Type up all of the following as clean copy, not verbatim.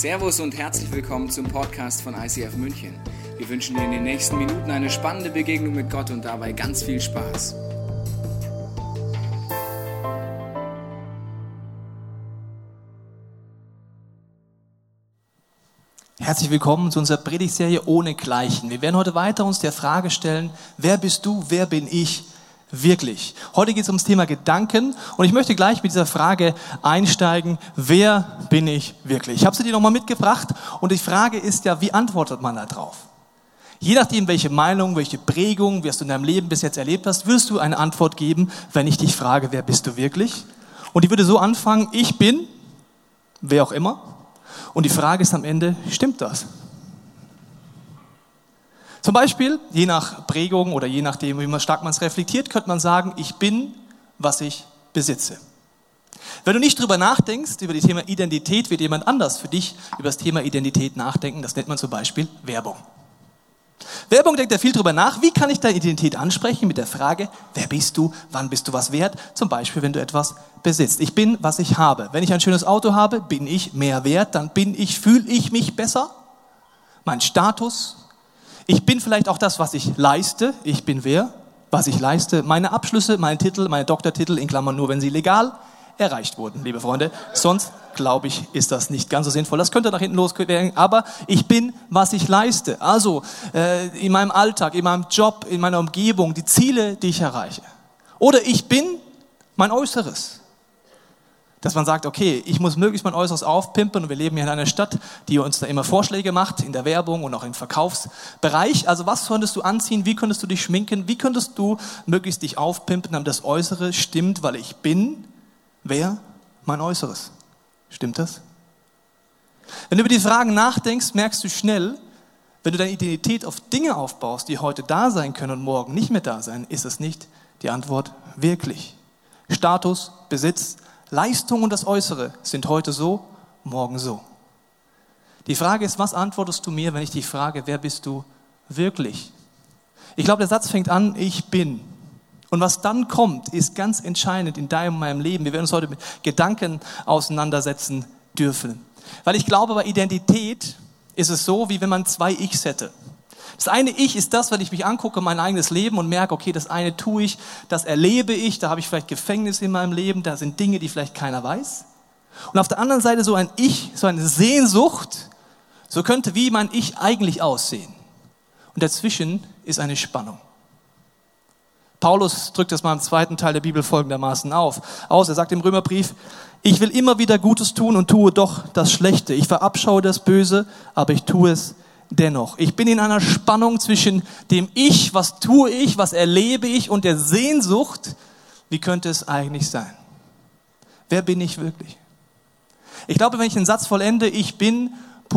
Servus und herzlich willkommen zum Podcast von ICF München. Wir wünschen dir in den nächsten Minuten eine spannende Begegnung mit Gott und dabei ganz viel Spaß. Herzlich willkommen zu unserer Predigtserie Ohnegleichen. Wir werden heute weiter uns der Frage stellen, wer bist du, wer bin ich wirklich? Heute geht es ums Thema Gedanken und ich möchte gleich mit dieser Frage einsteigen, wer bin ich wirklich? Ich habe sie dir nochmal mitgebracht und die Frage ist ja, wie antwortet man da drauf? Je nachdem, welche Meinung, welche Prägung, was du in deinem Leben bis jetzt erlebt hast, wirst du eine Antwort geben, wenn ich dich frage, wer bist du wirklich? Und die würde so anfangen, ich bin, wer auch immer. Und die Frage ist am Ende, stimmt das? Zum Beispiel, je nach Prägung oder je nachdem, wie stark man es reflektiert, könnte man sagen, ich bin, was ich besitze. Wenn du nicht drüber nachdenkst, über das Thema Identität, wird jemand anders für dich über das Thema Identität nachdenken. Das nennt man zum Beispiel Werbung. Werbung denkt ja viel drüber nach, wie kann ich deine Identität ansprechen mit der Frage, wer bist du, wann bist du was wert? Zum Beispiel, wenn du etwas besitzt. Ich bin, was ich habe. Wenn ich ein schönes Auto habe, bin ich mehr wert, dann fühle ich mich besser. Mein Status. Ich bin vielleicht auch das, was ich leiste. Ich bin wer? Was ich leiste. Meine Abschlüsse, mein Titel, meine Doktortitel, in Klammern nur, wenn sie legal erreicht wurden, liebe Freunde. Sonst, glaube ich, ist das nicht ganz so sinnvoll. Das könnte nach hinten losgehen, aber ich bin, was ich leiste. Also in meinem Alltag, in meinem Job, in meiner Umgebung, die Ziele, die ich erreiche. Oder ich bin mein Äußeres. Dass man sagt, okay, ich muss möglichst mein Äußeres aufpimpen und wir leben hier in einer Stadt, die uns da immer Vorschläge macht, in der Werbung und auch im Verkaufsbereich. Also was könntest du anziehen, wie könntest du dich schminken, wie könntest du möglichst dich aufpimpen, damit das Äußere stimmt, weil ich bin, wer? Mein Äußeres. Stimmt das? Wenn du über die Fragen nachdenkst, merkst du schnell, wenn du deine Identität auf Dinge aufbaust, die heute da sein können und morgen nicht mehr da sein, ist es nicht die Antwort wirklich. Status, Besitz, Leistung und das Äußere sind heute so, morgen so. Die Frage ist, was antwortest du mir, wenn ich dich frage, wer bist du wirklich? Ich glaube, der Satz fängt an, ich bin. Und was dann kommt, ist ganz entscheidend in deinem und meinem Leben. Wir werden uns heute mit Gedanken auseinandersetzen dürfen. Weil ich glaube, bei Identität ist es so, wie wenn man zwei Ichs hätte. Das eine Ich ist das, wenn ich mich angucke, mein eigenes Leben und merke, okay, das eine tue ich, das erlebe ich, da habe ich vielleicht Gefängnis in meinem Leben, da sind Dinge, die vielleicht keiner weiß. Und auf der anderen Seite so ein Ich, so eine Sehnsucht, so könnte wie mein Ich eigentlich aussehen. Und dazwischen ist eine Spannung. Paulus drückt das mal im zweiten Teil der Bibel folgendermaßen aus. Er sagt im Römerbrief, ich will immer wieder Gutes tun und tue doch das Schlechte. Ich verabscheue das Böse, aber ich tue es dennoch. Ich bin in einer Spannung zwischen dem Ich, was tue ich, was erlebe ich und der Sehnsucht, wie könnte es eigentlich sein? Wer bin ich wirklich? Ich glaube, wenn ich den Satz vollende, ich bin ...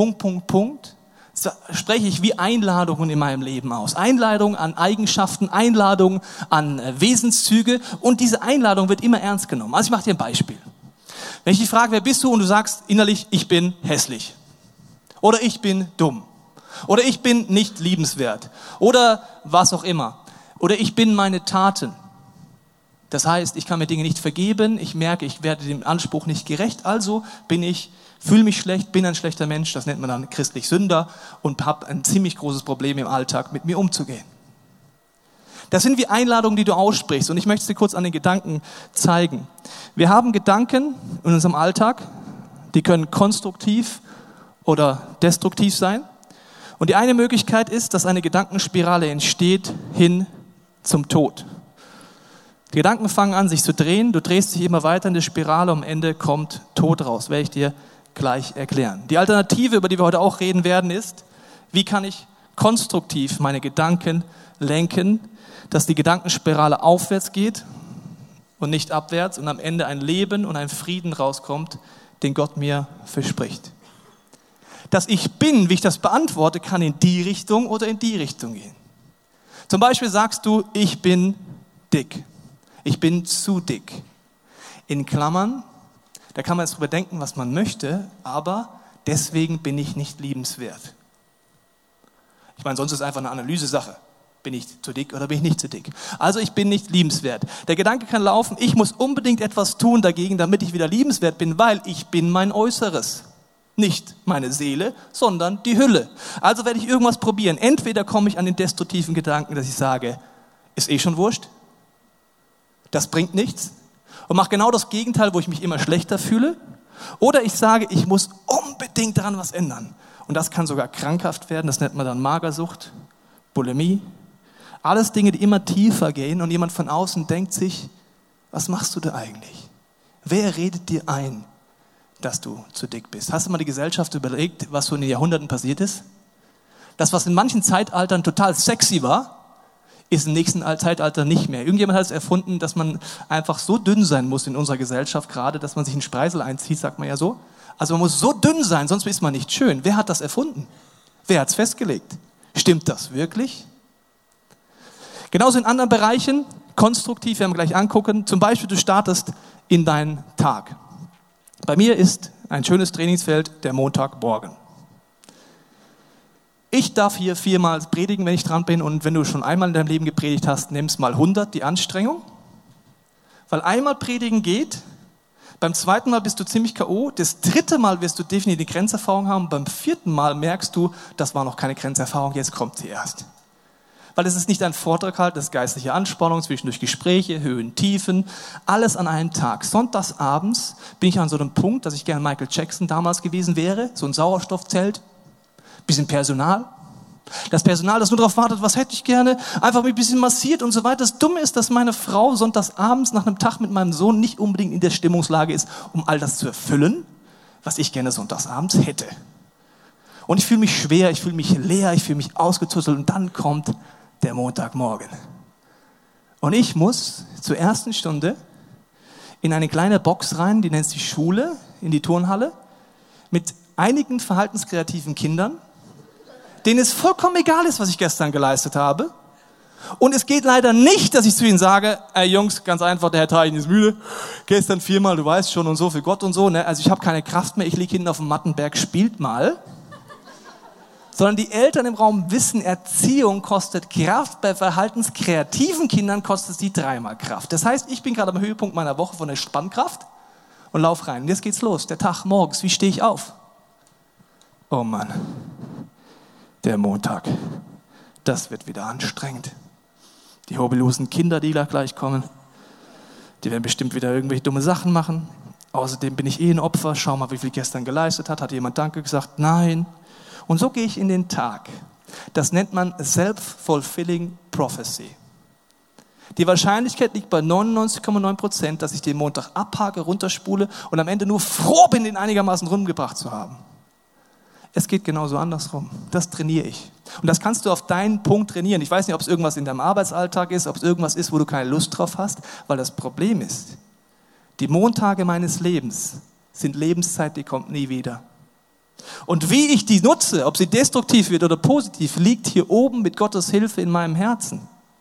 spreche ich wie Einladungen in meinem Leben aus. Einladungen an Eigenschaften, Einladungen an Wesenszüge und diese Einladung wird immer ernst genommen. Also ich mache dir ein Beispiel. Wenn ich dich frage, wer bist du und du sagst innerlich, ich bin hässlich oder ich bin dumm oder ich bin nicht liebenswert oder was auch immer oder ich bin meine Taten. Das heißt, ich kann mir Dinge nicht vergeben, ich merke, ich werde dem Anspruch nicht gerecht, also fühle mich schlecht, bin ein schlechter Mensch, das nennt man dann christlich Sünder und habe ein ziemlich großes Problem im Alltag, mit mir umzugehen. Das sind wie Einladungen, die du aussprichst und ich möchte es dir kurz an den Gedanken zeigen. Wir haben Gedanken in unserem Alltag, die können konstruktiv oder destruktiv sein und die eine Möglichkeit ist, dass eine Gedankenspirale entsteht hin zum Tod. Die Gedanken fangen an, sich zu drehen, du drehst dich immer weiter in der Spirale, am Ende kommt Tod raus, werde ich dir gleich erklären. Die Alternative, über die wir heute auch reden werden, ist, wie kann ich konstruktiv meine Gedanken lenken, dass die Gedankenspirale aufwärts geht und nicht abwärts und am Ende ein Leben und ein Frieden rauskommt, den Gott mir verspricht. Das Ich bin, wie ich das beantworte, kann in die Richtung oder in die Richtung gehen. Zum Beispiel sagst du, ich bin dick. Ich bin zu dick. In Klammern, da kann man jetzt drüber denken, was man möchte, aber deswegen bin ich nicht liebenswert. Ich meine, sonst ist es einfach eine Analysesache. Bin ich zu dick oder bin ich nicht zu dick? Also ich bin nicht liebenswert. Der Gedanke kann laufen, ich muss unbedingt etwas tun dagegen, damit ich wieder liebenswert bin, weil ich bin mein Äußeres. Nicht meine Seele, sondern die Hülle. Also werde ich irgendwas probieren. Entweder komme ich an den destruktiven Gedanken, dass ich sage, ist eh schon wurscht, das bringt nichts und mache genau das Gegenteil, wo ich mich immer schlechter fühle. Oder ich sage, ich muss unbedingt daran was ändern. Und das kann sogar krankhaft werden, das nennt man dann Magersucht, Bulimie. Alles Dinge, die immer tiefer gehen und jemand von außen denkt sich, was machst du da eigentlich? Wer redet dir ein, dass du zu dick bist? Hast du mal die Gesellschaft überlegt, was so in den Jahrhunderten passiert ist? Das, was in manchen Zeitaltern total sexy war, ist im nächsten Zeitalter nicht mehr. Irgendjemand hat es erfunden, dass man einfach so dünn sein muss in unserer Gesellschaft gerade, dass man sich einen Spreisel einzieht, sagt man ja so. Also man muss so dünn sein, sonst ist man nicht schön. Wer hat das erfunden? Wer hat es festgelegt? Stimmt das wirklich? Genauso in anderen Bereichen, konstruktiv, werden wir gleich angucken. Zum Beispiel, du startest in deinen Tag. Bei mir ist ein schönes Trainingsfeld der Montagmorgen. Ich darf hier 4-mal predigen, wenn ich dran bin. Und wenn du schon einmal in deinem Leben gepredigt hast, nimm es mal 100, die Anstrengung. Weil einmal predigen geht, beim zweiten Mal bist du ziemlich K.O., das dritte Mal wirst du definitiv die Grenzerfahrung haben, beim vierten Mal merkst du, das war noch keine Grenzerfahrung, jetzt kommt sie erst. Weil es ist nicht ein Vortrag halt, das ist geistliche Anspannung, zwischendurch Gespräche, Höhen, Tiefen, alles an einem Tag. Sonntagsabends bin ich an so einem Punkt, dass ich gerne Michael Jackson damals gewesen wäre, so ein Sauerstoffzelt, bisschen Personal. Das Personal, das nur darauf wartet, was hätte ich gerne, einfach mich ein bisschen massiert und so weiter. Das Dumme ist, dass meine Frau sonntagsabends nach einem Tag mit meinem Sohn nicht unbedingt in der Stimmungslage ist, um all das zu erfüllen, was ich gerne sonntagsabends hätte. Und ich fühle mich schwer, ich fühle mich leer, ich fühle mich ausgezuzzelt und dann kommt der Montagmorgen. Und ich muss zur ersten Stunde in eine kleine Box rein, die nennt sich Schule, in die Turnhalle, mit einigen verhaltenskreativen Kindern, denen es vollkommen egal ist, was ich gestern geleistet habe. Und es geht leider nicht, dass ich zu ihnen sage, ey Jungs, ganz einfach, der Herr Teichen ist müde, gestern 4-mal, du weißt schon und so für Gott und so, ne? Also ich habe keine Kraft mehr, ich liege hinten auf dem Mattenberg, spielt mal. Sondern die Eltern im Raum wissen, Erziehung kostet Kraft, bei verhaltenskreativen Kindern kostet sie 3-mal Kraft. Das heißt, ich bin gerade am Höhepunkt meiner Woche von der Spannkraft und lauf rein. Und jetzt geht's los, der Tag morgens, wie stehe ich auf? Oh Mann, der Montag, das wird wieder anstrengend. Die hobellosen Kinder, die da gleich kommen, die werden bestimmt wieder irgendwelche dumme Sachen machen. Außerdem bin ich ein Opfer, schau mal, wie viel gestern geleistet hat. Hat jemand Danke gesagt? Nein. Und so gehe ich in den Tag. Das nennt man Self-Fulfilling Prophecy. Die Wahrscheinlichkeit liegt bei 99,9%, dass ich den Montag abhake, runterspule und am Ende nur froh bin, den einigermaßen rumgebracht zu haben. Es geht genauso andersrum. Das trainiere ich. Und das kannst du auf deinen Punkt trainieren. Ich weiß nicht, ob es irgendwas in deinem Arbeitsalltag ist, ob es irgendwas ist, wo du keine Lust drauf hast, weil das Problem ist, die Montage meines Lebens sind Lebenszeit, die kommt nie wieder. Und wie ich die nutze, ob sie destruktiv wird oder positiv, liegt hier oben mit Gottes Hilfe in meinem Herzen.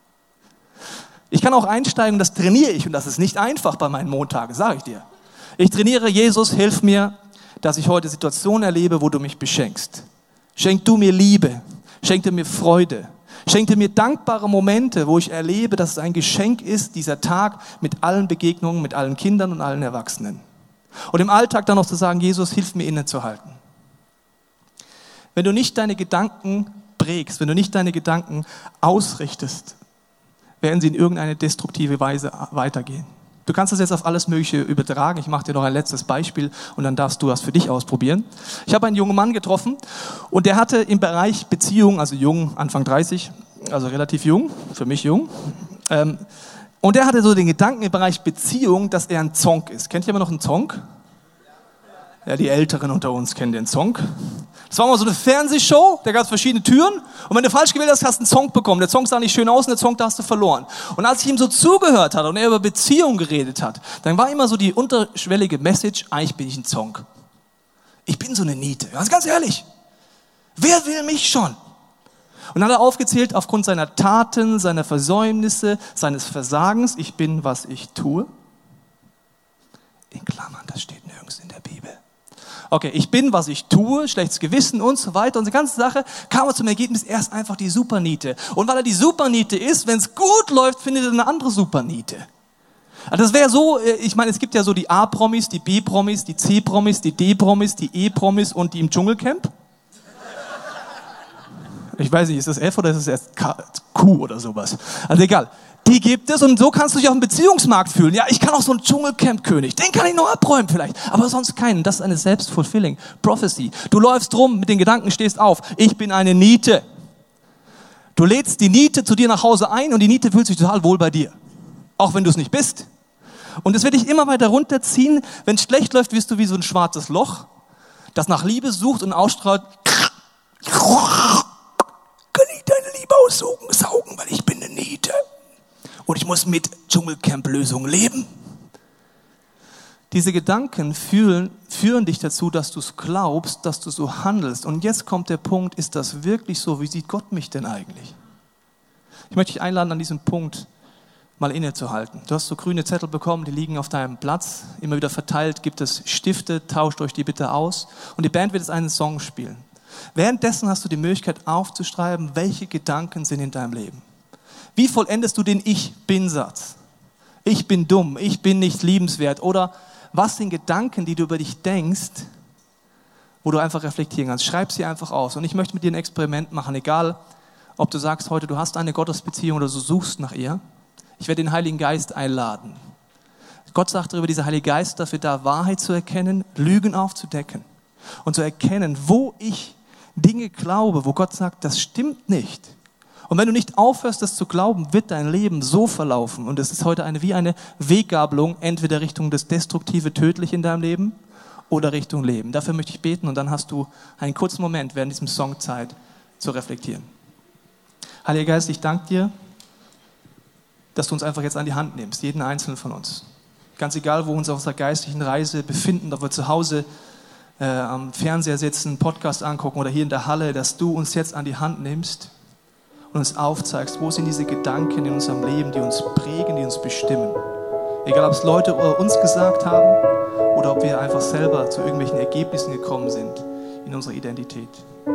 Ich kann auch einsteigen, das trainiere ich und das ist nicht einfach bei meinen Montagen, sage ich dir. Ich trainiere, Jesus, hilf mir, dass ich heute Situationen erlebe, wo du mich beschenkst. Schenk du mir Liebe, schenk dir mir Freude, schenk dir mir dankbare Momente, wo ich erlebe, dass es ein Geschenk ist, dieser Tag mit allen Begegnungen, mit allen Kindern und allen Erwachsenen. Und im Alltag dann noch zu sagen, Jesus, hilf mir innezuhalten. Wenn du nicht deine Gedanken prägst, wenn du nicht deine Gedanken ausrichtest, werden sie in irgendeine destruktive Weise weitergehen. Du kannst das jetzt auf alles Mögliche übertragen. Ich mache dir noch ein letztes Beispiel und dann darfst du das für dich ausprobieren. Ich habe einen jungen Mann getroffen und der hatte im Bereich Beziehung, also jung, Anfang 30, also relativ jung, für mich jung, und der hatte so den Gedanken im Bereich Beziehung, dass er ein Zonk ist. Kennt jemand noch einen Zonk? Ja, die Älteren unter uns kennen den Zonk. Das war mal so eine Fernsehshow, da gab es verschiedene Türen und wenn du falsch gewählt hast, hast du einen Zonk bekommen. Der Zonk sah nicht schön aus und der Zonk, da hast du verloren. Und als ich ihm so zugehört hatte und er über Beziehung geredet hat, dann war immer so die unterschwellige Message, eigentlich bin ich ein Zonk. Ich bin so eine Niete, ganz ehrlich. Wer will mich schon? Und dann hat er aufgezählt, aufgrund seiner Taten, seiner Versäumnisse, seines Versagens, ich bin, was ich tue. In Klammern, das steht nirgends in der Bibel. Okay, ich bin, was ich tue, schlechtes Gewissen und so weiter. Und die ganze Sache kam er zum Ergebnis, er ist einfach die Superniete. Und weil er die Superniete ist, wenn es gut läuft, findet er eine andere Superniete. Also das wäre so, ich meine, es gibt ja so die A-Promis, die B-Promis, die C-Promis, die D-Promis, die E-Promis und die im Dschungelcamp. Ich weiß nicht, ist das F oder ist es erst Q oder sowas? Also egal. Die gibt es und so kannst du dich auf dem Beziehungsmarkt fühlen. Ja, ich kann auch so einen Dschungelcamp-König, den kann ich noch abräumen vielleicht, aber sonst keinen. Das ist eine self-fulfilling prophecy. Du läufst rum mit den Gedanken, stehst auf, ich bin eine Niete. Du lädst die Niete zu dir nach Hause ein und die Niete fühlt sich total wohl bei dir. Auch wenn du es nicht bist. Und es wird dich immer weiter runterziehen. Wenn es schlecht läuft, wirst du wie so ein schwarzes Loch, das nach Liebe sucht und ausstrahlt. Kann ich deine Liebe aussaugen, weil ich bin eine Niete. Und ich muss mit Dschungelcamp-Lösungen leben. Diese Gedanken führen dich dazu, dass du es glaubst, dass du so handelst. Und jetzt kommt der Punkt, ist das wirklich so? Wie sieht Gott mich denn eigentlich? Ich möchte dich einladen, an diesem Punkt mal innezuhalten. Du hast so grüne Zettel bekommen, die liegen auf deinem Platz. Immer wieder verteilt gibt es Stifte, tauscht euch die bitte aus. Und die Band wird jetzt einen Song spielen. Währenddessen hast du die Möglichkeit aufzuschreiben, welche Gedanken sind in deinem Leben. Wie vollendest du den Ich-Bin-Satz? Ich bin dumm, ich bin nicht liebenswert. Oder was sind Gedanken, die du über dich denkst, wo du einfach reflektieren kannst? Schreib sie einfach aus. Und ich möchte mit dir ein Experiment machen, egal, ob du sagst heute, du hast eine Gottesbeziehung oder du suchst nach ihr. Ich werde den Heiligen Geist einladen. Gott sagt darüber, dieser Heilige Geist dafür da, Wahrheit zu erkennen, Lügen aufzudecken und zu erkennen, wo ich Dinge glaube, wo Gott sagt, das stimmt nicht. Und wenn du nicht aufhörst, das zu glauben, wird dein Leben so verlaufen. Und es ist heute wie eine Weggabelung, entweder Richtung das Destruktive, Tödliche in deinem Leben oder Richtung Leben. Dafür möchte ich beten und dann hast du einen kurzen Moment während diesem Song Zeit zu reflektieren. Heiliger Geist, ich danke dir, dass du uns einfach jetzt an die Hand nimmst, jeden einzelnen von uns. Ganz egal, wo wir uns auf unserer geistlichen Reise befinden, ob wir zu Hause am Fernseher sitzen, einen Podcast angucken oder hier in der Halle, dass du uns jetzt an die Hand nimmst und uns aufzeigst, wo sind diese Gedanken in unserem Leben, die uns prägen, die uns bestimmen. Egal, ob es Leute uns gesagt haben oder ob wir einfach selber zu irgendwelchen Ergebnissen gekommen sind in unserer Identität.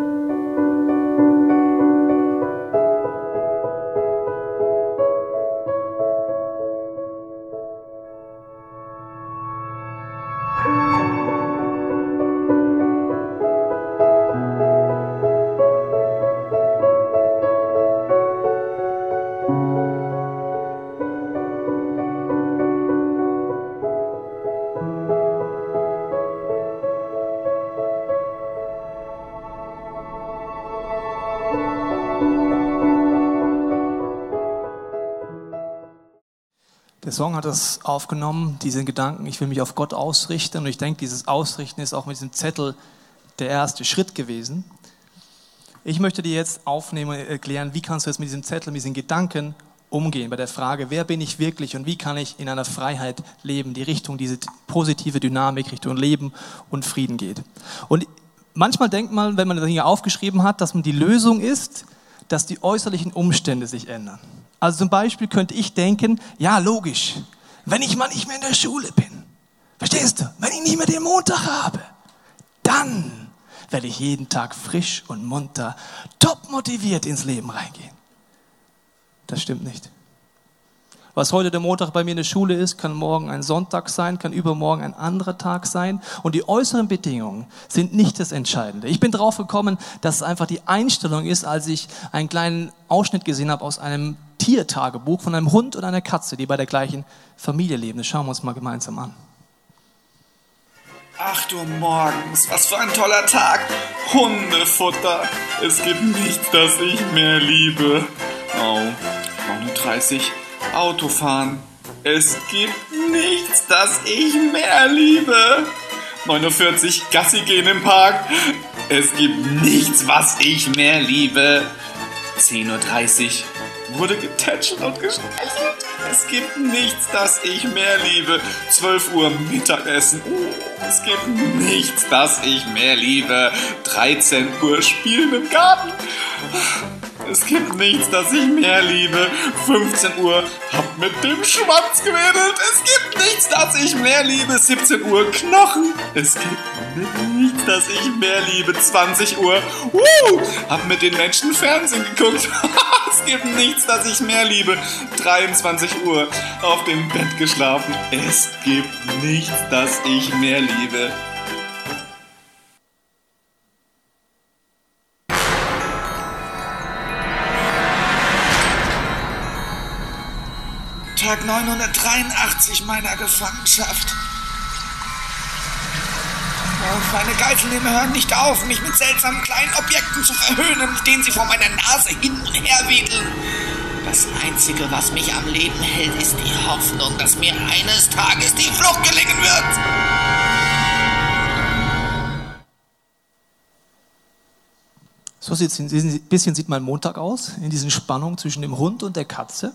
Der Song hat das aufgenommen, diese Gedanken, ich will mich auf Gott ausrichten. Und ich denke, dieses Ausrichten ist auch mit diesem Zettel der erste Schritt gewesen. Ich möchte dir jetzt aufnehmen und erklären, wie kannst du jetzt mit diesem Zettel, mit diesen Gedanken umgehen, bei der Frage, wer bin ich wirklich und wie kann ich in einer Freiheit leben, die Richtung diese positive Dynamik, Richtung Leben und Frieden geht. Und manchmal denkt man, wenn man Dinge aufgeschrieben hat, dass man die Lösung ist, dass die äußerlichen Umstände sich ändern. Also zum Beispiel könnte ich denken, ja logisch, wenn ich mal nicht mehr in der Schule bin, verstehst du, wenn ich nicht mehr den Montag habe, dann werde ich jeden Tag frisch und munter, top motiviert ins Leben reingehen. Das stimmt nicht. Was heute der Montag bei mir in der Schule ist, kann morgen ein Sonntag sein, kann übermorgen ein anderer Tag sein. Und die äußeren Bedingungen sind nicht das Entscheidende. Ich bin drauf gekommen, dass es einfach die Einstellung ist, als ich einen kleinen Ausschnitt gesehen habe aus einem Tiertagebuch von einem Hund und einer Katze, die bei der gleichen Familie leben. Das schauen wir uns mal gemeinsam an. 8 Uhr morgens, was für ein toller Tag. Hundefutter, es gibt nichts, das ich mehr liebe. Oh, 9:30 Uhr. Autofahren. Es gibt nichts, das ich mehr liebe. 9:40 Uhr, Gassi gehen im Park. Es gibt nichts, was ich mehr liebe. 10:30 Uhr, wurde getätschelt und gestreichelt. Es gibt nichts, das ich mehr liebe. 12 Uhr, Mittagessen. Es gibt nichts, das ich mehr liebe. 13 Uhr, Spielen im Garten. Es gibt nichts, das ich mehr liebe. 15 Uhr, hab mit dem Schwanz gewedelt. Es gibt nichts, das ich mehr liebe. 17 Uhr, Knochen. Es gibt nichts, das ich mehr liebe. 20 Uhr, hab mit den Menschen Fernsehen geguckt. Es gibt nichts, das ich mehr liebe. 23 Uhr auf dem Bett geschlafen. Es gibt nichts, das ich mehr liebe. Tag 983 meiner Gefangenschaft. Meine Geiselnehmer hören nicht auf, mich mit seltsamen kleinen Objekten zu verhöhnen, mit denen sie vor meiner Nase hin und her wedeln. Das Einzige, was mich am Leben hält, ist die Hoffnung, dass mir eines Tages die Flucht gelingen wird. So ein bisschen sieht mein Montag aus, in diesen Spannungen zwischen dem Hund und der Katze.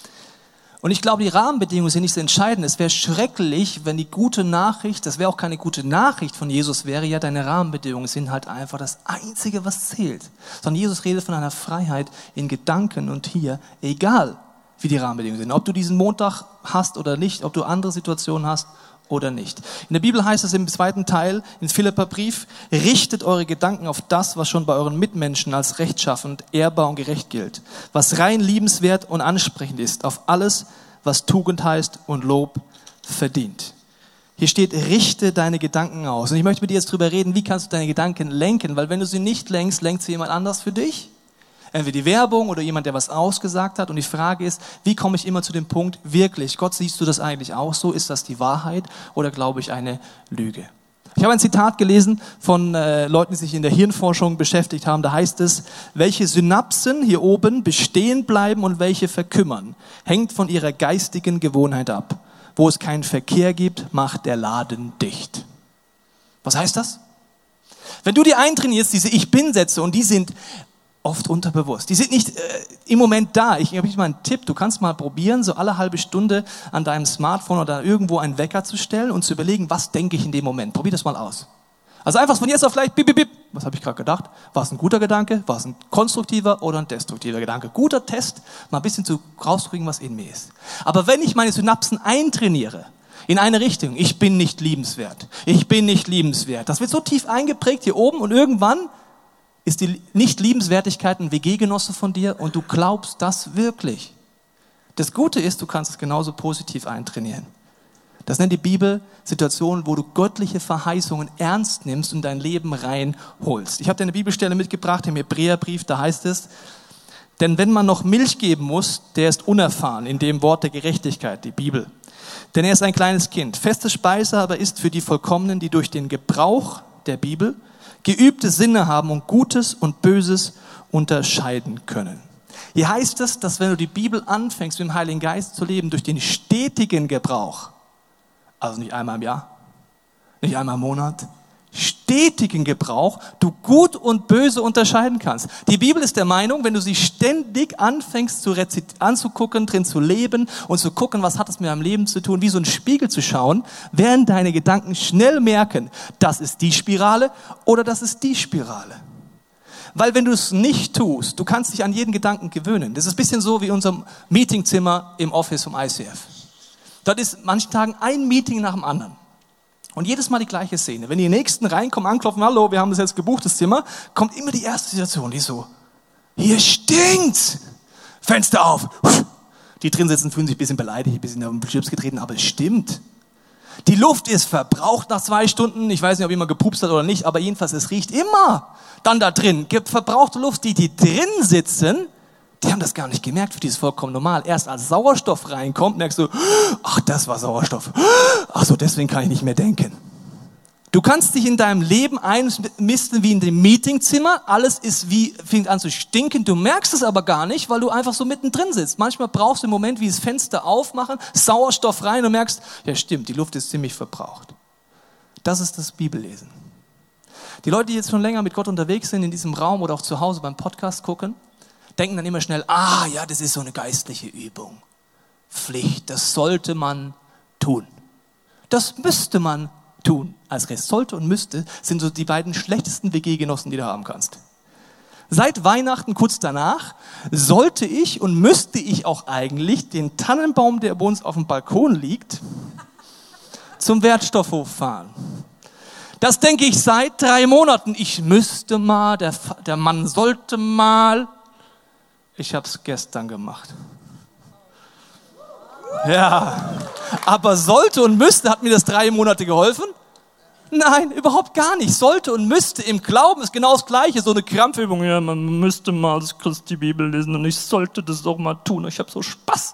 Und ich glaube, die Rahmenbedingungen sind nicht so entscheidend. Es wäre schrecklich, wenn die gute Nachricht, das wäre auch keine gute Nachricht von Jesus, wäre ja, deine Rahmenbedingungen sind halt einfach das Einzige, was zählt. Sondern Jesus redet von einer Freiheit in Gedanken und hier, egal wie die Rahmenbedingungen sind. Ob du diesen Montag hast oder nicht, ob du andere Situationen hast oder nicht. In der Bibel heißt es im 2. Teil, im Philipperbrief, richtet eure Gedanken auf das, was schon bei euren Mitmenschen als rechtschaffend, ehrbar und gerecht gilt. Was rein liebenswert und ansprechend ist, auf alles, was Tugend heißt und Lob verdient. Hier steht, richte deine Gedanken aus. Und ich möchte mit dir jetzt drüber reden, wie kannst du deine Gedanken lenken? Weil wenn du sie nicht lenkst, lenkt sie jemand anders für dich. Entweder die Werbung oder jemand, der was ausgesagt hat. Und die Frage ist, wie komme ich immer zu dem Punkt, wirklich, Gott, siehst du das eigentlich auch so? Ist das die Wahrheit oder glaube ich eine Lüge? Ich habe ein Zitat gelesen von Leuten, die sich in der Hirnforschung beschäftigt haben. Da heißt es, welche Synapsen hier oben bestehen bleiben und welche verkümmern, hängt von ihrer geistigen Gewohnheit ab. Wo es keinen Verkehr gibt, macht der Laden dicht. Was heißt das? Wenn du dir eintrainierst, diese Ich-Bin-Sätze, und die sind oft unterbewusst. Die sind nicht im Moment da. Ich habe mal einen Tipp. Du kannst mal probieren, so alle halbe Stunde an deinem Smartphone oder irgendwo einen Wecker zu stellen und zu überlegen, was denke ich in dem Moment. Probier das mal aus. Also einfach von jetzt auf gleich, bip, bip, bip. Was habe ich gerade gedacht? War es ein guter Gedanke? War es ein konstruktiver oder ein destruktiver Gedanke? Guter Test, mal ein bisschen zu rauskriegen, was in mir ist. Aber wenn ich meine Synapsen eintrainiere, in eine Richtung, ich bin nicht liebenswert, ich bin nicht liebenswert. Das wird so tief eingeprägt hier oben und irgendwann ist die Nicht-Liebenswertigkeit ein WG-Genosse von dir und du glaubst das wirklich. Das Gute ist, du kannst es genauso positiv eintrainieren. Das nennt die Bibel Situationen, wo du göttliche Verheißungen ernst nimmst und dein Leben reinholst. Ich habe dir eine Bibelstelle mitgebracht im Hebräerbrief, da heißt es, denn wenn man noch Milch geben muss, der ist unerfahren in dem Wort der Gerechtigkeit, die Bibel. Denn er ist ein kleines Kind. Feste Speise aber ist für die Vollkommenen, die durch den Gebrauch der Bibel geübte Sinne haben und Gutes und Böses unterscheiden können. Hier heißt es, dass wenn du die Bibel anfängst, mit dem Heiligen Geist zu leben, durch den stetigen Gebrauch, also nicht einmal im Jahr, nicht einmal im Monat, stetigen Gebrauch, du Gut und Böse unterscheiden kannst. Die Bibel ist der Meinung, wenn du sie ständig anfängst anzugucken, drin zu leben und zu gucken, was hat es mit deinem Leben zu tun, wie so ein Spiegel zu schauen, werden deine Gedanken schnell merken, das ist die Spirale oder das ist die Spirale. Weil wenn du es nicht tust, du kannst dich an jeden Gedanken gewöhnen. Das ist ein bisschen so wie unser Meetingzimmer im Office vom ICF. Dort ist manchen Tagen ein Meeting nach dem anderen. Und jedes Mal die gleiche Szene. Wenn die Nächsten reinkommen, anklopfen, hallo, wir haben das jetzt gebucht, das Zimmer, kommt immer die erste Situation, die so, hier stinkt's! Fenster auf! Die drin sitzen, fühlen sich ein bisschen beleidigt, ein bisschen auf den Schlips getreten, aber es stimmt. Die Luft ist verbraucht nach 2 Stunden, ich weiß nicht, ob jemand gepupst hat oder nicht, aber jedenfalls, es riecht immer dann da drin. Verbrauchte Luft, die drin sitzen, die haben das gar nicht gemerkt, für die ist vollkommen normal. Erst als Sauerstoff reinkommt, merkst du, ach, das war Sauerstoff. Ach so, deswegen kann ich nicht mehr denken. Du kannst dich in deinem Leben einmisten wie in dem Meetingzimmer. Alles fängt an zu stinken. Du merkst es aber gar nicht, weil du einfach so mittendrin sitzt. Manchmal brauchst du im Moment, wie das Fenster aufmachen, Sauerstoff rein und merkst, ja stimmt, die Luft ist ziemlich verbraucht. Das ist das Bibellesen. Die Leute, die jetzt schon länger mit Gott unterwegs sind, in diesem Raum oder auch zu Hause beim Podcast gucken, denken dann immer schnell, ja, das ist so eine geistliche Übung. Pflicht, das sollte man tun. Das müsste man tun. Als Rest sollte und müsste sind so die beiden schlechtesten WG-Genossen, die du haben kannst. Seit Weihnachten, kurz danach, sollte ich und müsste ich auch eigentlich den Tannenbaum, der bei uns auf dem Balkon liegt, zum Wertstoffhof fahren. Das denke ich seit 3 Monaten. Ich müsste mal, der Mann sollte mal. Ich habe es gestern gemacht. Ja, aber sollte und müsste, hat mir das 3 Monate geholfen? Nein, überhaupt gar nicht. Sollte und müsste im Glauben ist genau das Gleiche. So eine Krampfübung, ja, man müsste mal als Christ die Bibel lesen und ich sollte das doch mal tun. Ich habe so Spaß.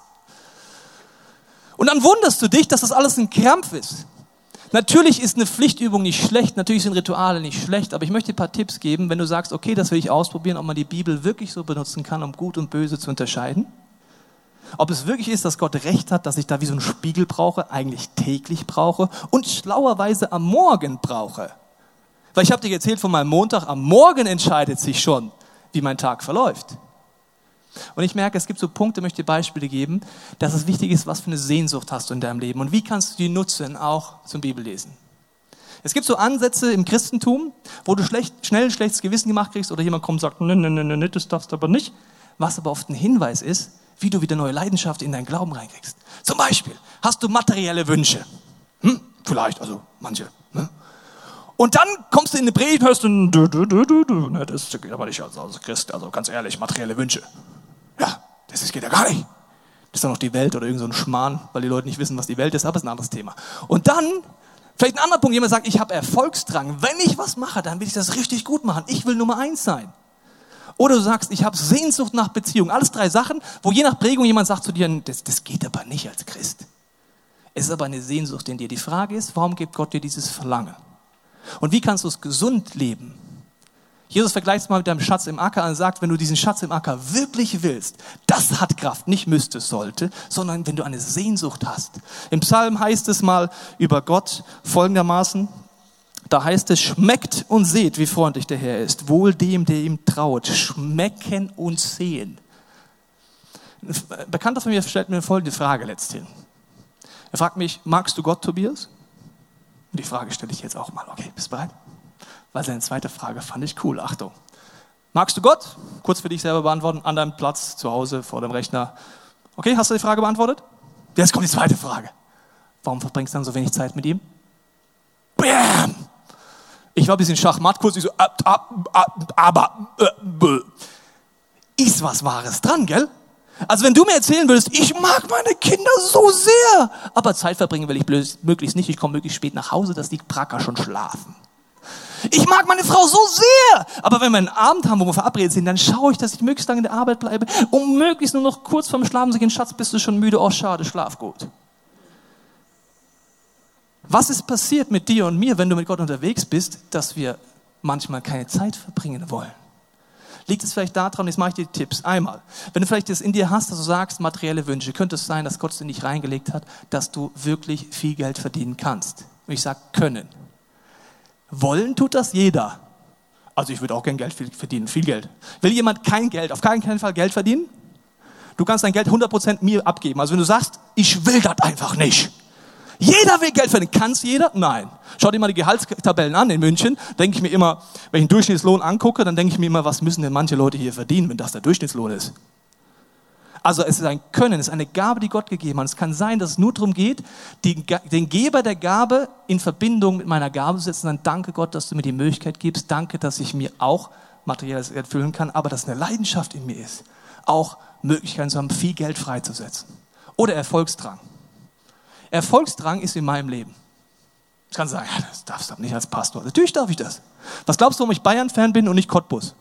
Und dann wunderst du dich, dass das alles ein Krampf ist. Natürlich ist eine Pflichtübung nicht schlecht, natürlich sind Rituale nicht schlecht, aber ich möchte dir ein paar Tipps geben, wenn du sagst, okay, das will ich ausprobieren, ob man die Bibel wirklich so benutzen kann, um Gut und Böse zu unterscheiden. Ob es wirklich ist, dass Gott recht hat, dass ich da wie so einen Spiegel brauche, eigentlich täglich brauche und schlauerweise am Morgen brauche. Weil ich habe dir erzählt von meinem Montag, am Morgen entscheidet sich schon, wie mein Tag verläuft. Und ich merke, es gibt so Punkte, möchte dir Beispiele geben, dass es wichtig ist, was für eine Sehnsucht hast du in deinem Leben und wie kannst du die nutzen, auch zum Bibellesen. Es gibt so Ansätze im Christentum, wo du schnell ein schlechtes Gewissen gemacht kriegst oder jemand kommt und sagt, nee, das darfst du aber nicht. Was aber oft ein Hinweis ist, wie du wieder neue Leidenschaft in deinen Glauben reinkriegst. Zum Beispiel, hast du materielle Wünsche? Vielleicht, also manche. Ne? Und dann kommst du in eine Predigt und hörst du, ne, das geht aber nicht als Christ, also ganz ehrlich, materielle Wünsche. Ja, das geht ja gar nicht. Das ist doch noch die Welt oder irgend so ein Schmarrn, weil die Leute nicht wissen, was die Welt ist, aber das ist ein anderes Thema. Und dann, vielleicht ein anderer Punkt, jemand sagt, ich habe Erfolgsdrang. Wenn ich was mache, dann will ich das richtig gut machen. Ich will Nummer 1 sein. Oder du sagst, ich habe Sehnsucht nach Beziehung. Alles 3 Sachen, wo je nach Prägung jemand sagt zu dir, das geht aber nicht als Christ. Es ist aber eine Sehnsucht in dir. Die Frage ist, warum gibt Gott dir dieses Verlangen? Und wie kannst du es gesund leben? Jesus vergleicht es mal mit deinem Schatz im Acker und sagt, wenn du diesen Schatz im Acker wirklich willst, das hat Kraft, nicht müsste, sollte, sondern wenn du eine Sehnsucht hast. Im Psalm heißt es mal über Gott folgendermaßen, da heißt es, schmeckt und seht, wie freundlich der Herr ist. Wohl dem, der ihm traut. Schmecken und sehen. Ein Bekannter von mir stellt mir folgende Frage letzthin. Er fragt mich, magst du Gott, Tobias? Und die Frage stelle ich jetzt auch mal. Okay, bist du bereit? Weil seine zweite Frage fand ich cool. Achtung. Magst du Gott? Kurz für dich selber beantworten. An deinem Platz, zu Hause, vor dem Rechner. Okay, hast du die Frage beantwortet? Jetzt kommt die zweite Frage. Warum verbringst du dann so wenig Zeit mit ihm? Bam! Ich war ein bisschen Schachmatt, kurz, ich so, ist was Wahres dran, gell? Also wenn du mir erzählen würdest, ich mag meine Kinder so sehr, aber Zeit verbringen will ich möglichst nicht, ich komme möglichst spät nach Hause, dass die Pracker schon schlafen. Ich mag meine Frau so sehr, aber wenn wir einen Abend haben, wo wir verabredet sind, dann schaue ich, dass ich möglichst lange in der Arbeit bleibe, um möglichst nur noch kurz vorm Schlafen zu gehen, Schatz, bist du schon müde? Oh, schade, schlaf gut. Was ist passiert mit dir und mir, wenn du mit Gott unterwegs bist, dass wir manchmal keine Zeit verbringen wollen? Liegt es vielleicht daran, jetzt mache ich dir Tipps. Einmal, wenn du vielleicht das in dir hast, dass du sagst, materielle Wünsche, könnte es sein, dass Gott es in dich reingelegt hat, dass du wirklich viel Geld verdienen kannst. Und ich sage können. Wollen tut das jeder. Also ich würde auch gerne Geld verdienen, viel Geld. Will jemand kein Geld, auf keinen Fall Geld verdienen? Du kannst dein Geld 100% mir abgeben. Also wenn du sagst, ich will das einfach nicht. Jeder will Geld verdienen. Kann es jeder? Nein. Schau dir mal die Gehaltstabellen an in München. Denke ich mir immer, wenn ich einen Durchschnittslohn angucke, dann denke ich mir immer, was müssen denn manche Leute hier verdienen, wenn das der Durchschnittslohn ist? Also es ist ein Können, es ist eine Gabe, die Gott gegeben hat. Es kann sein, dass es nur darum geht, den Geber der Gabe in Verbindung mit meiner Gabe zu setzen. Dann danke Gott, dass du mir die Möglichkeit gibst. Danke, dass ich mir auch materielles erfüllen kann, aber dass eine Leidenschaft in mir ist. Auch Möglichkeiten zu haben, viel Geld freizusetzen. Oder Erfolgsdrang. Erfolgsdrang ist in meinem Leben. Ich kann sagen, ja, das darfst du nicht als Pastor. Natürlich darf ich das. Was glaubst du, warum ich Bayern-Fan bin und nicht Cottbus?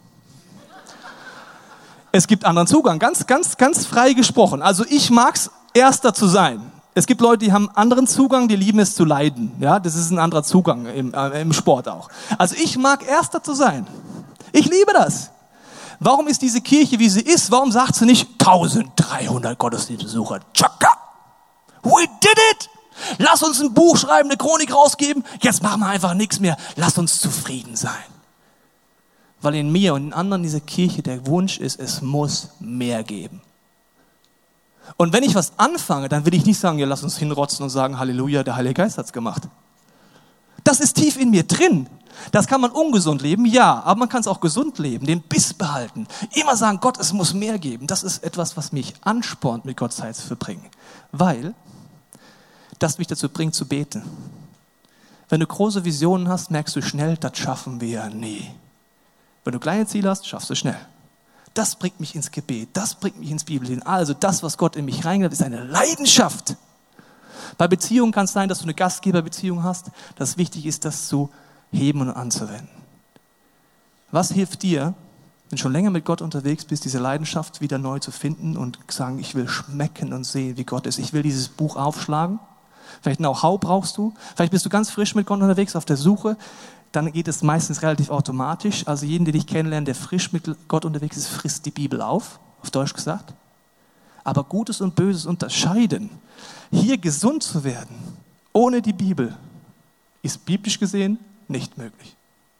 Es gibt anderen Zugang, ganz frei gesprochen. Also ich mag es, Erster zu sein. Es gibt Leute, die haben anderen Zugang, die lieben es zu leiden. Ja, das ist ein anderer Zugang im Sport auch. Also ich mag Erster zu sein. Ich liebe das. Warum ist diese Kirche, wie sie ist? Warum sagt sie nicht 1300 Gottesdienstbesucher? Tschakka! We did it! Lass uns ein Buch schreiben, eine Chronik rausgeben. Jetzt machen wir einfach nichts mehr. Lass uns zufrieden sein. Weil in mir und in anderen dieser Kirche der Wunsch ist, es muss mehr geben. Und wenn ich was anfange, dann will ich nicht sagen, ja, lass uns hinrotzen und sagen, Halleluja, der Heilige Geist hat's gemacht. Das ist tief in mir drin. Das kann man ungesund leben, ja, aber man kann es auch gesund leben, den Biss behalten. Immer sagen, Gott, es muss mehr geben. Das ist etwas, was mich anspornt, mit Gott Zeit zu verbringen. Weil das mich dazu bringt, zu beten. Wenn du große Visionen hast, merkst du schnell, das schaffen wir nie. Wenn du kleine Ziele hast, schaffst du schnell. Das bringt mich ins Gebet, das bringt mich ins Bibellesen. Also das, was Gott in mich reingeht, ist eine Leidenschaft. Bei Beziehungen kann es sein, dass du eine Gastgeberbeziehung hast, dass wichtig ist, das zu heben und anzuwenden. Was hilft dir, wenn du schon länger mit Gott unterwegs bist, diese Leidenschaft wieder neu zu finden und sagen, ich will schmecken und sehen, wie Gott ist. Ich will dieses Buch aufschlagen. Vielleicht Know-how brauchst du. Vielleicht bist du ganz frisch mit Gott unterwegs, auf der Suche. Dann geht es meistens relativ automatisch. Also jeden, den ich kennenlerne, der frisch mit Gott unterwegs ist, frisst die Bibel auf Deutsch gesagt. Aber Gutes und Böses unterscheiden, hier gesund zu werden, ohne die Bibel, ist biblisch gesehen nicht möglich.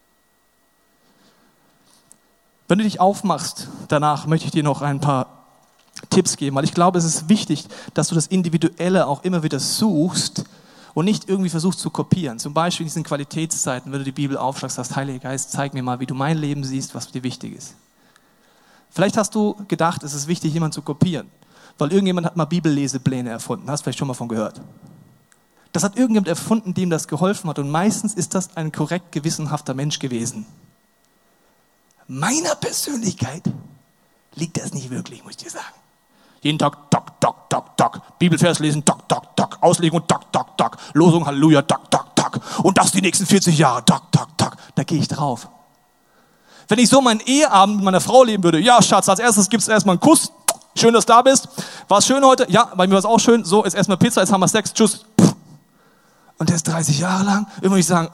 Wenn du dich aufmachst, danach möchte ich dir noch ein paar Tipps geben, weil ich glaube, es ist wichtig, dass du das Individuelle auch immer wieder suchst und nicht irgendwie versuchst zu kopieren. Zum Beispiel in diesen Qualitätszeiten, wenn du die Bibel aufschlagst, sagst, Heiliger Geist, zeig mir mal, wie du mein Leben siehst, was dir wichtig ist. Vielleicht hast du gedacht, es ist wichtig, jemanden zu kopieren, weil irgendjemand hat mal Bibellesepläne erfunden. Hast du vielleicht schon mal von gehört. Das hat irgendjemand erfunden, dem das geholfen hat und meistens ist das ein korrekt gewissenhafter Mensch gewesen. Meiner Persönlichkeit liegt das nicht wirklich, muss ich dir sagen. Jeden Tag, tak, tak, tak, tak. Bibelvers lesen, tak, tak, tak. Auslegung, tak, tak, tak. Losung, Halleluja, tak, tak, tak. Und das die nächsten 40 Jahre, tak, tak, tak. Da gehe ich drauf. Wenn ich so meinen Eheabend mit meiner Frau leben würde, ja, Schatz, als erstes gibt es erstmal einen Kuss. Schön, dass du da bist. War es schön heute? Ja, bei mir war es auch schön. So, jetzt erstmal Pizza, jetzt haben wir Sex. Tschüss. Und der ist 30 Jahre lang. Immer würde ich sagen,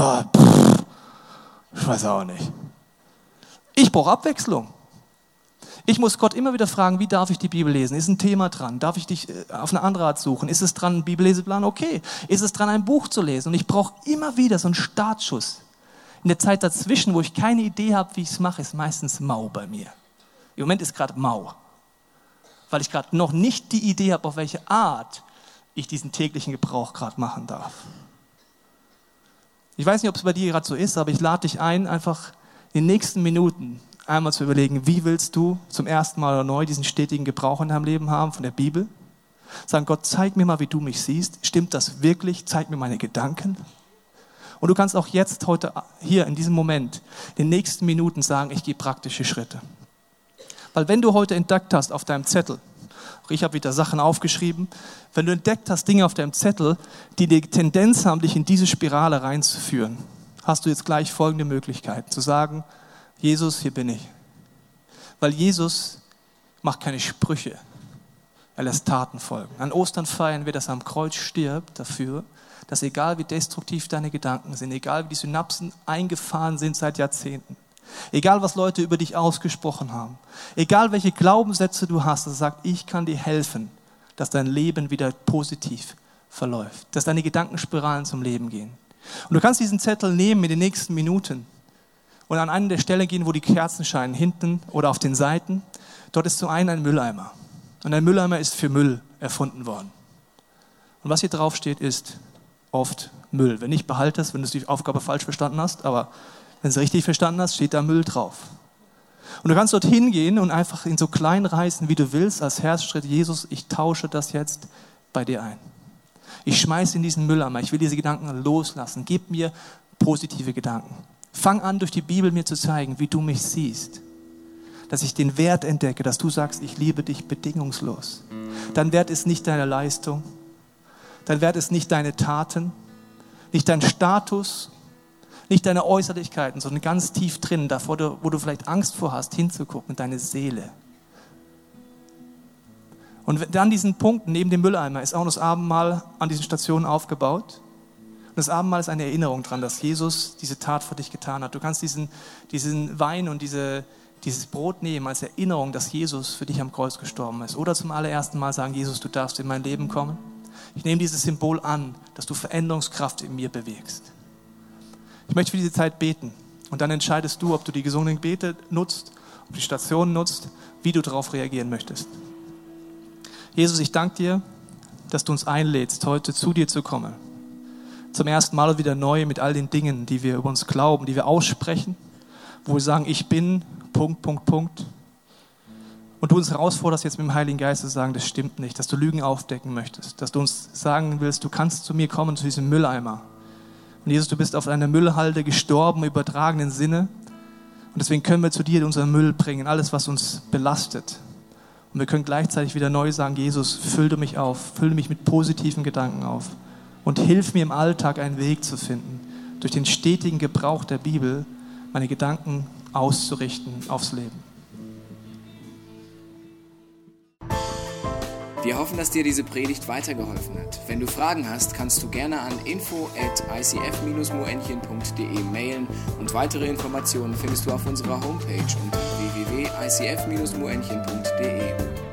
ich weiß auch nicht. Ich brauche Abwechslung. Ich muss Gott immer wieder fragen, wie darf ich die Bibel lesen? Ist ein Thema dran? Darf ich dich auf eine andere Art suchen? Ist es dran, einen Bibelleseplan? Okay. Ist es dran, ein Buch zu lesen? Und ich brauche immer wieder so einen Startschuss. In der Zeit dazwischen, wo ich keine Idee habe, wie ich es mache, ist meistens mau bei mir. Im Moment ist gerade mau. Weil ich gerade noch nicht die Idee habe, auf welche Art ich diesen täglichen Gebrauch gerade machen darf. Ich weiß nicht, ob es bei dir gerade so ist, aber ich lade dich ein, einfach in den nächsten Minuten einmal zu überlegen, wie willst du zum ersten Mal oder neu diesen stetigen Gebrauch in deinem Leben haben von der Bibel? Sagen, Gott, zeig mir mal, wie du mich siehst. Stimmt das wirklich? Zeig mir meine Gedanken. Und du kannst auch jetzt, heute, hier, in diesem Moment, in den nächsten Minuten sagen, ich gehe praktische Schritte. Weil wenn du heute entdeckt hast auf deinem Zettel, ich habe wieder Sachen aufgeschrieben, wenn du entdeckt hast Dinge auf deinem Zettel, die die Tendenz haben, dich in diese Spirale reinzuführen, hast du jetzt gleich folgende Möglichkeit, zu sagen, Jesus, hier bin ich. Weil Jesus macht keine Sprüche, er lässt Taten folgen. An Ostern feiern wir, dass er am Kreuz stirbt dafür, dass egal wie destruktiv deine Gedanken sind, egal wie die Synapsen eingefahren sind seit Jahrzehnten, egal was Leute über dich ausgesprochen haben, egal welche Glaubenssätze du hast, dass er sagt, ich kann dir helfen, dass dein Leben wieder positiv verläuft, dass deine Gedankenspiralen zum Leben gehen. Und du kannst diesen Zettel nehmen in den nächsten Minuten und an eine der Stellen gehen, wo die Kerzen scheinen, hinten oder auf den Seiten. Dort ist zum einen ein Mülleimer. Und ein Mülleimer ist für Müll erfunden worden. Und was hier drauf steht, ist oft Müll. Wenn nicht, behalte es, wenn du die Aufgabe falsch verstanden hast, aber wenn du es richtig verstanden hast, steht da Müll drauf. Und du kannst dort hingehen und einfach ihn so klein reißen, wie du willst, als Herzschritt, Jesus, ich tausche das jetzt bei dir ein. Ich schmeiße in diesen Mülleimer, ich will diese Gedanken loslassen, gib mir positive Gedanken. Fang an, durch die Bibel mir zu zeigen, wie du mich siehst. Dass ich den Wert entdecke, dass du sagst, ich liebe dich bedingungslos. Dein Wert ist nicht deine Leistung, dein Wert ist nicht deine Taten, nicht dein Status, nicht deine Äußerlichkeiten, sondern ganz tief drin, davor, wo du vielleicht Angst vor hast, hinzugucken, deine Seele. Und an diesen Punkten, neben dem Mülleimer, ist auch das Abendmahl an diesen Stationen aufgebaut. Und das Abendmahl ist eine Erinnerung daran, dass Jesus diese Tat für dich getan hat. Du kannst diesen Wein und dieses Brot nehmen als Erinnerung, dass Jesus für dich am Kreuz gestorben ist. Oder zum allerersten Mal sagen, Jesus, du darfst in mein Leben kommen. Ich nehme dieses Symbol an, dass du Veränderungskraft in mir bewegst. Ich möchte für diese Zeit beten. Und dann entscheidest du, ob du die gesungenen Gebete nutzt, ob du die Stationen nutzt, wie du darauf reagieren möchtest. Jesus, ich danke dir, dass du uns einlädst, heute zu dir zu kommen. Zum ersten Mal wieder neu mit all den Dingen, die wir über uns glauben, die wir aussprechen, wo wir sagen, ich bin, Punkt. Und du uns herausforderst jetzt mit dem Heiligen Geist zu sagen, das stimmt nicht, dass du Lügen aufdecken möchtest, dass du uns sagen willst, du kannst zu mir kommen, zu diesem Mülleimer. Und Jesus, du bist auf einer Müllhalde gestorben im übertragenen Sinne Und deswegen können wir zu dir unseren Müll bringen, alles, was uns belastet. Und wir können gleichzeitig wieder neu sagen, Jesus, füll du mich auf, fülle mich mit positiven Gedanken auf und hilf mir im Alltag einen Weg zu finden, durch den stetigen Gebrauch der Bibel meine Gedanken auszurichten aufs Leben. Wir hoffen, dass dir diese Predigt weitergeholfen hat. Wenn du Fragen hast, kannst du gerne an info@icf-moenchen.de mailen und weitere Informationen findest du auf unserer Homepage unter www.icf-moenchen.de.